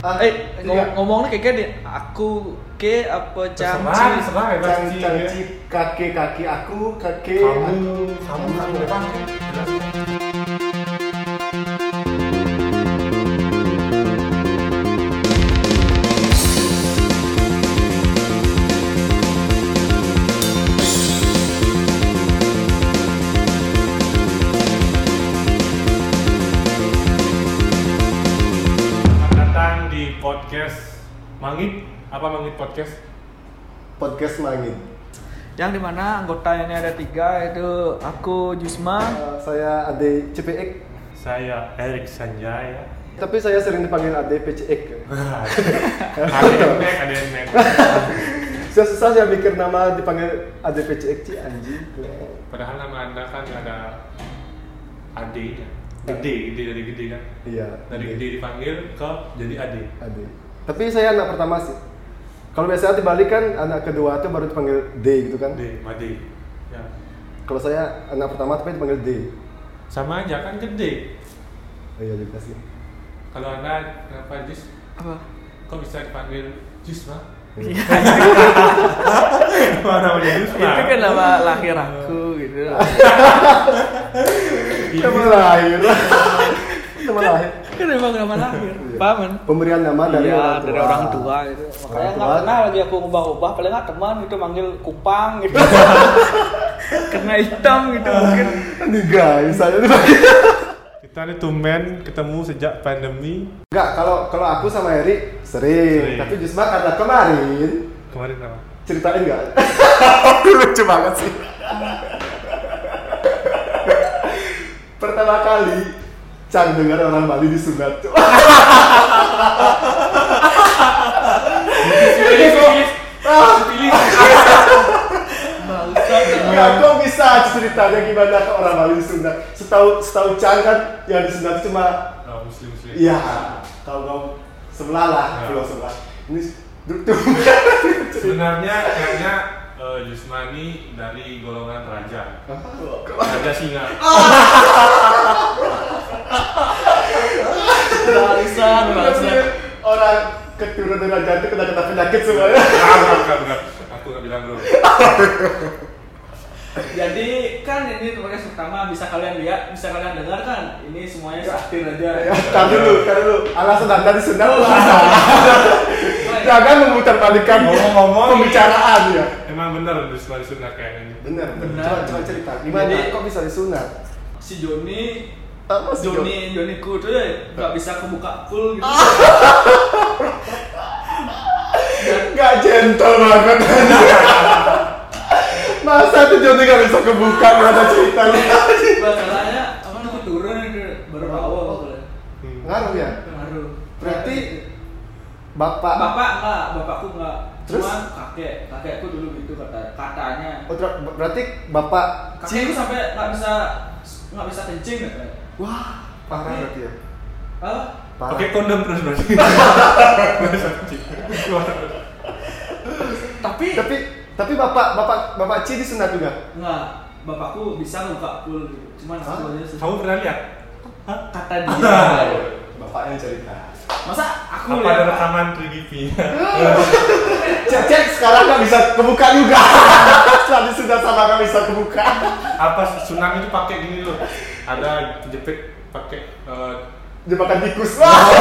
Ngomongnya kayak deh. Aku ke apa Cangci? Cangci kaki aku, kamu depan. Mangit podcast? Podcast Mangit. Yang dimana anggotanya ini ada 3, itu aku Jusma, saya Ade CPX, saya Erik Sanjaya. Tapi saya sering dipanggil Ade PCX. Ade Nek. Susah saya mikir nama dipanggil Ade PCX sih anjing. Padahal nama Anda kan ada Ade ya. Gede dari gede kan? Iya. Dari gede dipanggil ke jadi Ade. Tapi saya anak pertama sih. Kalau biasanya dibalik kan anak kedua tuh baru dipanggil D gitu kan? Made. Ya. Kalau saya anak pertama tapi dipanggil D. Sama aja kan gede. Oh iya juga sih. Kalau Anda kenapa Jus? apa? Kok bisa dipanggil Jus mah? Iya. Mana namanya Jus mah? Itu kan nama lahir aku gitu. Nama lahir. Nama lahir. Kan emang nama lahir. Paman. Pemberian nama dari orang tua gitu. Makanya nggak pernah lagi aku ubah-ubah, paling nggak teman gitu manggil Kupang gitu. Karena hitam gitu mungkin. Nih guys, saya dipanggil. Kita ini tumben ketemu sejak pandemi. Enggak, kalau aku sama Eri sering. Tapi justru karena kemarin apa? Ceritain enggak? Lucu banget sih. Pertama kali Cang dengar orang Bali disunat. Enggak, kok bisa ceritanya gimana ke orang Bali disunat? Setahu Cang kan yang disunat cuma Muslim. Iya, kalau sebelah lah, pulau sebelah. Ini duduk. Sebenarnya kayaknya Jusmani dari golongan raja. Raja singa. Barisan. Orang keturunan raja itu kena penyakit semuanya. Enggak. Aku nggak bilang bro. Jadi kan ini podcast pertama, bisa kalian lihat, bisa kalian dengar kan? Ini semuanya sakti aja. Tar dulu. Alasan Anda disunat lah. Jangan memutarbalikkan pembicaraan ya. Emang benar disunat kayak ini. Benar. Coba cerita. Gimana? Kok bisa disunat? Si Joni ku tuh ya nggak bisa kebuka full gitu. Nggak gentle banget. Masa tuh Joni nggak bisa kebuka, nggak ada ceritanya. Masalahnya apa namanya turun baru awal boleh. Ngaruh ya? Ngaruh. Berarti bapakku enggak. Terus? Cuman kakekku dulu gitu katanya. Oh, berarti bapak kakekku sampai nggak bisa kencing ya. Wah, parah berarti ya? Pakai kondom terus berarti. Tapi bapak Ci disunat juga? Enggak, bapakku bisa buka full gitu. Cuman aku aja. Kamu pernah lihat? Kata dia. Bapaknya cerita. Masa aku apa ada rekaman 3GP-nya? Cek sekarang nggak bisa kebuka juga. Setelah disunat sama nggak bisa kebuka. Apa sunat itu pakai gini loh? Ada jepit pakai jebakan tikus.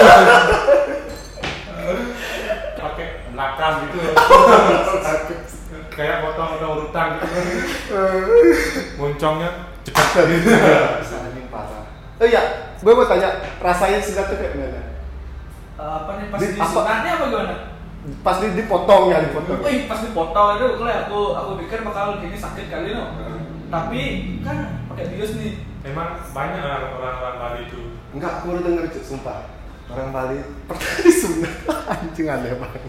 Pakai belakang gitu. Kayak potong urutan gitu. Moncongnya cepat gitu. Saling parah. Oh iya, gue mau tanya, rasanya sunat tuh kayak gimana? Apa nih pas disunatnya apa gimana? Pas dipotong. Pas dipotong itu aku pikir bakal gini sakit kali no. Tapi kan pakai bius nih. Emang banyak orang Bali itu. Enggak, aku udah denger sumpah. Orang Bali pernah disunat. Anjing aneh banget.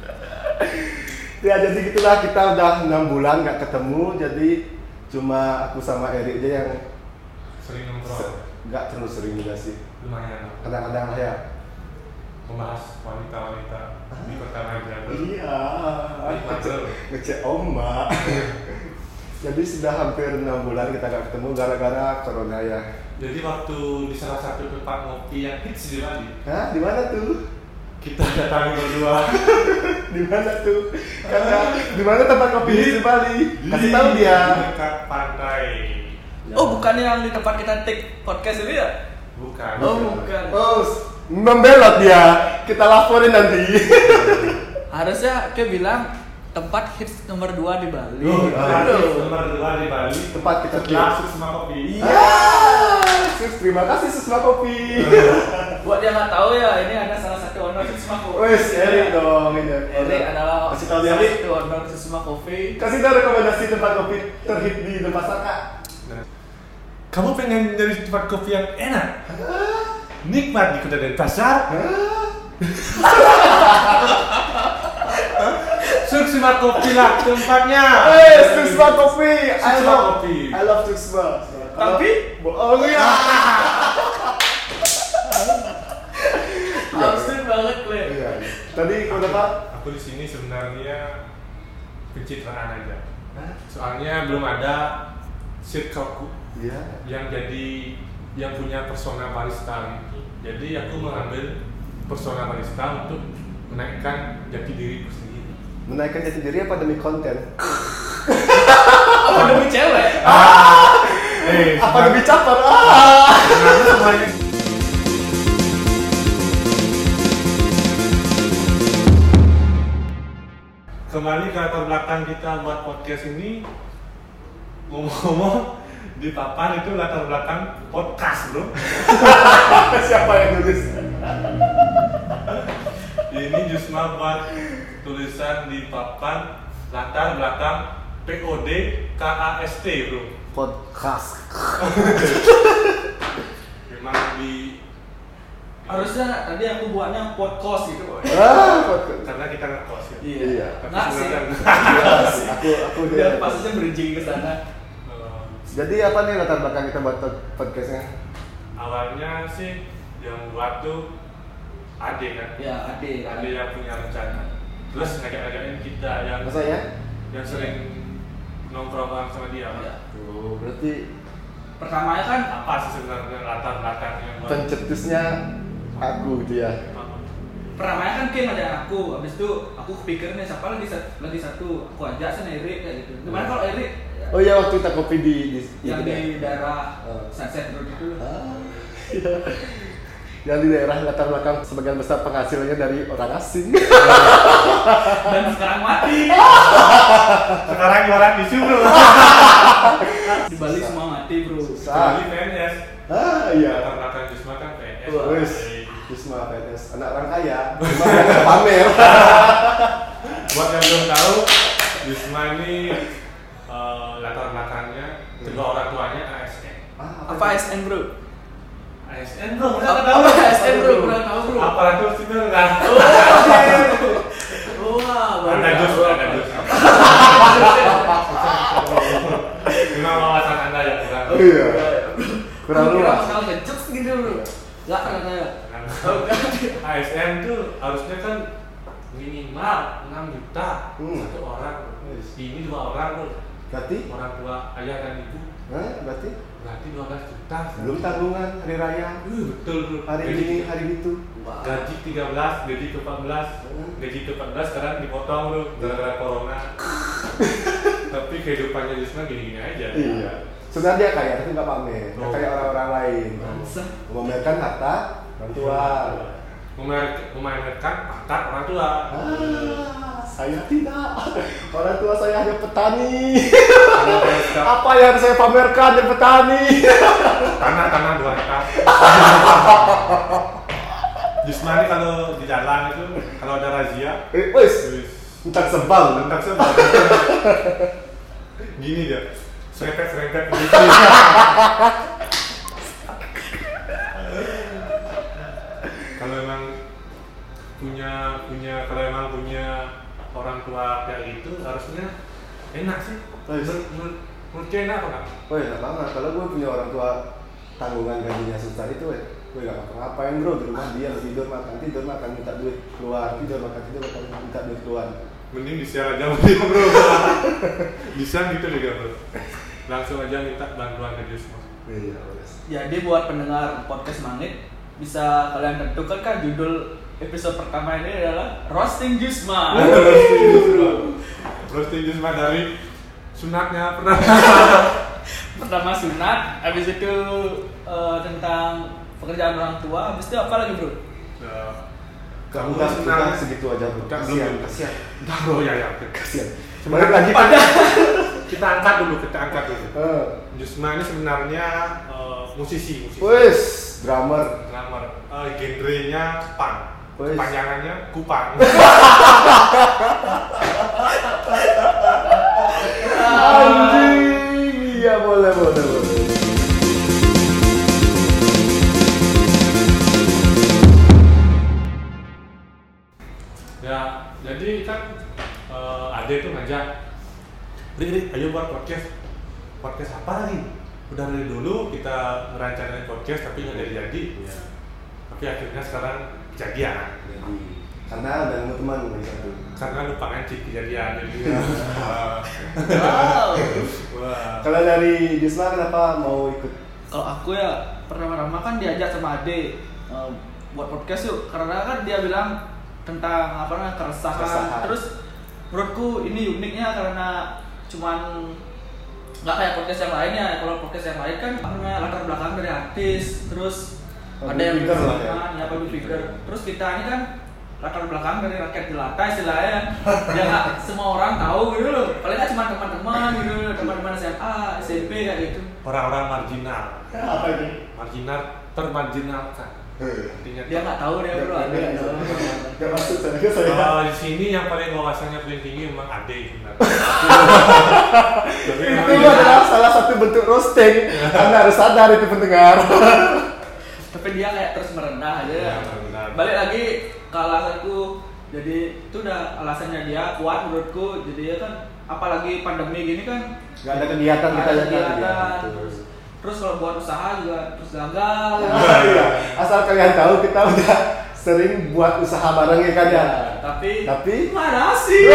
Ya jadi gitulah, kita udah 6 bulan nggak ketemu, jadi cuma aku sama Eri aja yang sering nongkrong. Nggak terlalu sering juga sih. Lumayan. Kadang-kadang lah ya. Membahas wanita-wanita di kota raja. Iya. Ngecek ombak. Jadi sudah hampir 6 bulan kita nggak ketemu gara-gara corona ya. Jadi waktu di salah satu tempat ngopi yang hits di Bali. Hah? Di mana tuh? kita datangi berdua. Di mana tuh? Karena di mana tempat kopi di Bali? Kasih tahu dia. Di dekat pantai. Oh, bukannya yang di tempat kita take podcast ini ya? Bukan. Oh, bukan. Oh, membelot dia. Kita laporin nanti. Harusnya dia bilang tempat hits nomor 2 di Bali. Nomor 2 di Bali. Tempat kita setelah Susma Kopi. Terima kasih Susma Kopi. Buat yang nggak tahu ya, ini ada salah satu owner Susma Kopi. Wes, Erik dong ini. Erik adalah kasih tahu dia. salah satu owner Susma Kopi. Kasih tahu rekomendasi tempat kopi terhit di Denpasar, Kak. Kamu pengen nyari tempat kopi yang enak? Nikmat di Kota Denpasar? Susma Kopi lah tempatnya. Susma Kopi. Susma Kopi. I love Susma. Tapi oh iya. absurd banget, Le. Iya. Tadi kenapa? Aku di sini sebenarnya pencitraan aja. Soalnya belum ada circleku Iya. yang punya persona barista gitu. Jadi aku mengambil persona barista untuk menaikkan jati diriku sendiri. Menaikkan jati diri apa demi konten? Apa demi cewek? Apa demi caper? Semuanya. Kembali ke latar belakang kita buat podcast ini. Ngomong-ngomong, di papan itu latar belakang podcast, bro. Siapa yang nulis? Ini Jusma buat tulisan di papan latar belakang POD KAST, bro. Podcast. Memang di Harusnya tadi aku buatnya podcast gitu, Boy. Podcast. karena kita ngekos ya. Iya. Tapi Nggak sih. sebenarnya Aku Biar pasnya bridging ke sana. Jadi apa nih latar belakang kita buat podcastnya? awalnya sih yang buat tuh Ade kan. Ya, Ade. Ade yang punya rencana. Terus ngajak-ngajakin kita Masa ya? yang sering nongkrong bareng sama dia. Ya. Tuh, berarti Pertamanya kan apa sih sebenarnya latar belakangnya buat pencetusnya aku gitu ya. Pertamanya kan Kim ada aku, habis itu aku kepikir nih siapa lagi satu, aku ajak sana Erik kayak gitu. Gimana kalau Erik? Oh iya, waktu kita kopi di Yang itu di ya? daerah Sunset Road itu. Iya. Yang di daerah latar belakang sebagian besar penghasilannya dari orang asing. Dan sekarang mati. sekarang jualan di bro. Di Bali semua mati, bro. Bali PNS. Iya. Latar belakang Jusma kan PNS. Wes, Jusma PNS, anak orang kaya. Cuma yang pamer. Buat yang belum tahu, Jusma ini latar belakangnya kedua orang tuanya ASN. Apa ASN, bro? ASN bro, Apa ASN, bro? Kurang tahu, bro. Aparatur sipil kan? Wah, baru Ada tahu. Jus, ada Jus. Memang wawasan Anda yang kurang. Oh iya. Kurang luas. Kalau kecuk gitu, bro. Enggak kayak. ASN tuh harusnya kan minimal 6 juta satu orang. Ini 2 orang bro. Berarti? Orang tua ayah dan ibu. Berarti? Berarti 12 juta. Belum tanggungan hari raya. Betul bro. Hari ini, hari itu. Gaji 13, gaji ke-14, gaji ke-14 sekarang dipotong bro gara-gara corona. Tapi kehidupannya Jusma gini-gini aja. Iya. Sebenarnya dia kaya, tapi nggak pamer. Nggak kayak orang-orang lain. Bangsa. Memamerkan harta orang tua. Memamerkan harta orang tua. Saya tidak. Orang tua saya hanya petani. Tanah Apa yang harus saya pamerkan dari petani? 2 hektar. Jusma ini kalau di jalan itu kalau ada razia, Wes, entar sebal. tentang sebab gini dia, serempet gitu. Kalau emang punya orang tua kayak gitu harusnya enak sih. Menurut enak apa nggak? Oh ya, banget. Kalau gue punya orang tua tanggungan gajinya sebesar itu, gue gak ngapa-ngapain bro, di rumah dia tidur makan minta duit keluar, tidur makan minta duit keluar. Mending di-share aja sama dia bro. Bisa gitu juga bro. Langsung aja minta bantuan ke Jusma. Iya, wes. Jadi buat pendengar podcast Mangit bisa kalian tentukan kan judul episode pertama ini adalah Roasting Jusma. Roasting Jusma dari sunatnya pernah. Pertama sunat, habis itu tentang pekerjaan orang tua, habis itu apa lagi bro? Kamu udah segitu aja bro. Kasihan. Oh ya. Kasihan. Sebenarnya lagi kita angkat dulu. Jusma ini sebenarnya musisi. Wes, drummer. Genrenya punk. Panjangannya Kupang. Anjing. Iya boleh. Ya, jadi kan Ade tuh ngajak, Rik, ayo buat podcast. Podcast apa lagi? Udah dari dulu kita ngerancanain podcast tapi nggak jadi. Ya. Tapi akhirnya sekarang kejadian. Karena ada teman di satu. Karena lupa ngancik kejadian. Jadi. Wow. Wah. Kalau dari Jusma kenapa mau ikut? Kalau aku ya pertama-tama kan diajak sama Ade buat podcast yuk, karena kan dia bilang tentang keresahan. Terus menurutku ini uniknya karena cuman nggak kayak podcast yang lainnya. Kalau podcast yang lain kan karena latar belakang dari artis, terus ada yang public figure. Terus kita ini kan latar belakang dari rakyat jelata istilahnya. Ya nggak semua orang tahu gitu loh. Paling nggak cuma teman-teman gitu, teman-teman SMA, SMP kayak gitu. Orang-orang marginal. Apa ini? Marginal termarginalkan. Artinya Dia nggak tahu dia bro, Ade nggak tahu. Gak maksud saya. Di sini yang paling wawasannya paling tinggi memang Ade sebenarnya. Itu adalah salah satu bentuk roasting. Anda harus sadar itu pendengar. Tapi dia kayak terus merendah aja. Ya, merendah. Balik lagi ke alasanku. Jadi itu udah alasannya dia kuat menurutku. Jadi ya kan apalagi pandemi gini kan Gak ada kegiatan kita ada yang kegiatan. Terus kalau buat usaha juga terus gagal. Iya. Asal kalian tahu kita udah sering buat usaha bareng ya kan ya. Tapi mana sih?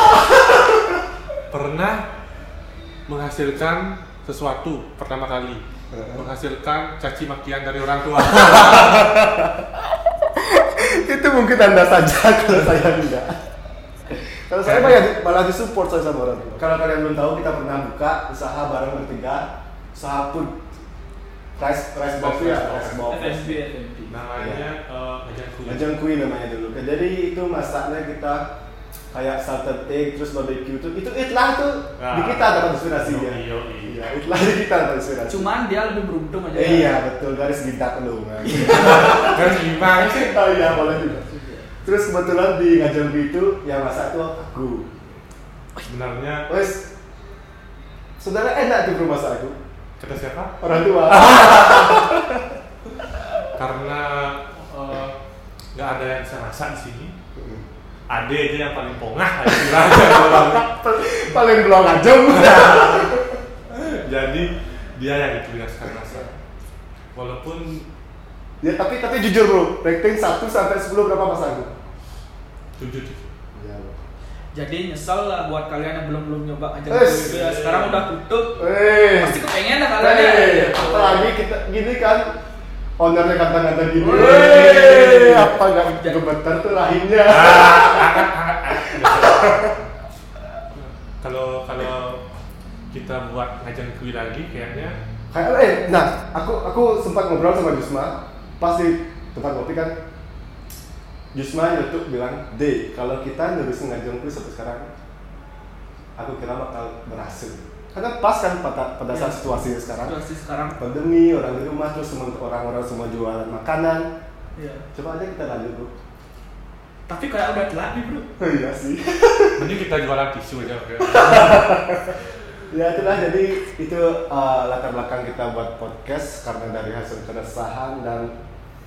Pernah menghasilkan sesuatu pertama kali. Menghasilkan caci makian dari orang tua. itu mungkin Anda saja kalau saya enggak. Kalau saya malah disupport saya sama orang tua. Kalau kalian belum tahu kita pernah buka usaha bareng bertiga, usaha food rice box ya, rice box. FSB. Namanya Ngajang kui namanya dulu. Jadi itu masaknya kita kayak salted egg terus barbecue itu itlah tuh di kita dapat inspirasinya. Iya, itlah di kita dapat inspirasi. Cuman dia lebih beruntung aja. Iya betul, garis gintak lu. Garis gimana sih? Oh iya boleh juga. Terus kebetulan di Ngajang kui itu yang masak tuh aku. Sebenarnya Wes, saudara enak tuh rumah masak aku. kata siapa? Orang tua. Karena nggak ada yang bisa masak di sini. Ade aja yang paling pongah Paling belum ngajeng. Jadi dia yang ditugaskan masak. Walaupun Ya tapi jujur bro, rating 1 sampai 10 berapa masakku? 7. Iya. Jadi nyesel lah buat kalian yang belum nyoba aja itu ya. Sekarang udah tutup. Pasti kepengen lah kalian ya. Apalagi kita gini kan ownernya kata-kata gini. Apa nggak gemeter tuh rahimnya? Kalau kita buat ngajang kui lagi kayaknya. Nah aku sempat ngobrol sama Jusma pas di tempat kopi kan. Jusma YouTube bilang, kalau kita nerusin ngajang kui sampai sekarang, aku kira bakal berhasil. Karena pas kan pada saat situasi sekarang pandemi, orang di rumah, terus orang-orang semua jualan makanan. Iya. Coba aja kita lanjut bro. Tapi kayak udah telat nih bro. Iya sih. Mending kita jualan tisu aja. Ya itulah, jadi itu latar belakang kita buat podcast karena dari hasil keresahan dan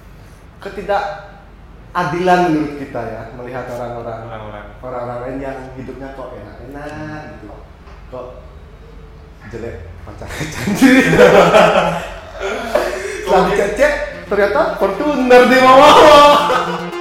ketidakadilan menurut kita ya, melihat orang-orang lain yang hidupnya kok enak-enak gitu, kok jelek pacarnya cantik. Setelah dicek ternyata Fortuner di bawah.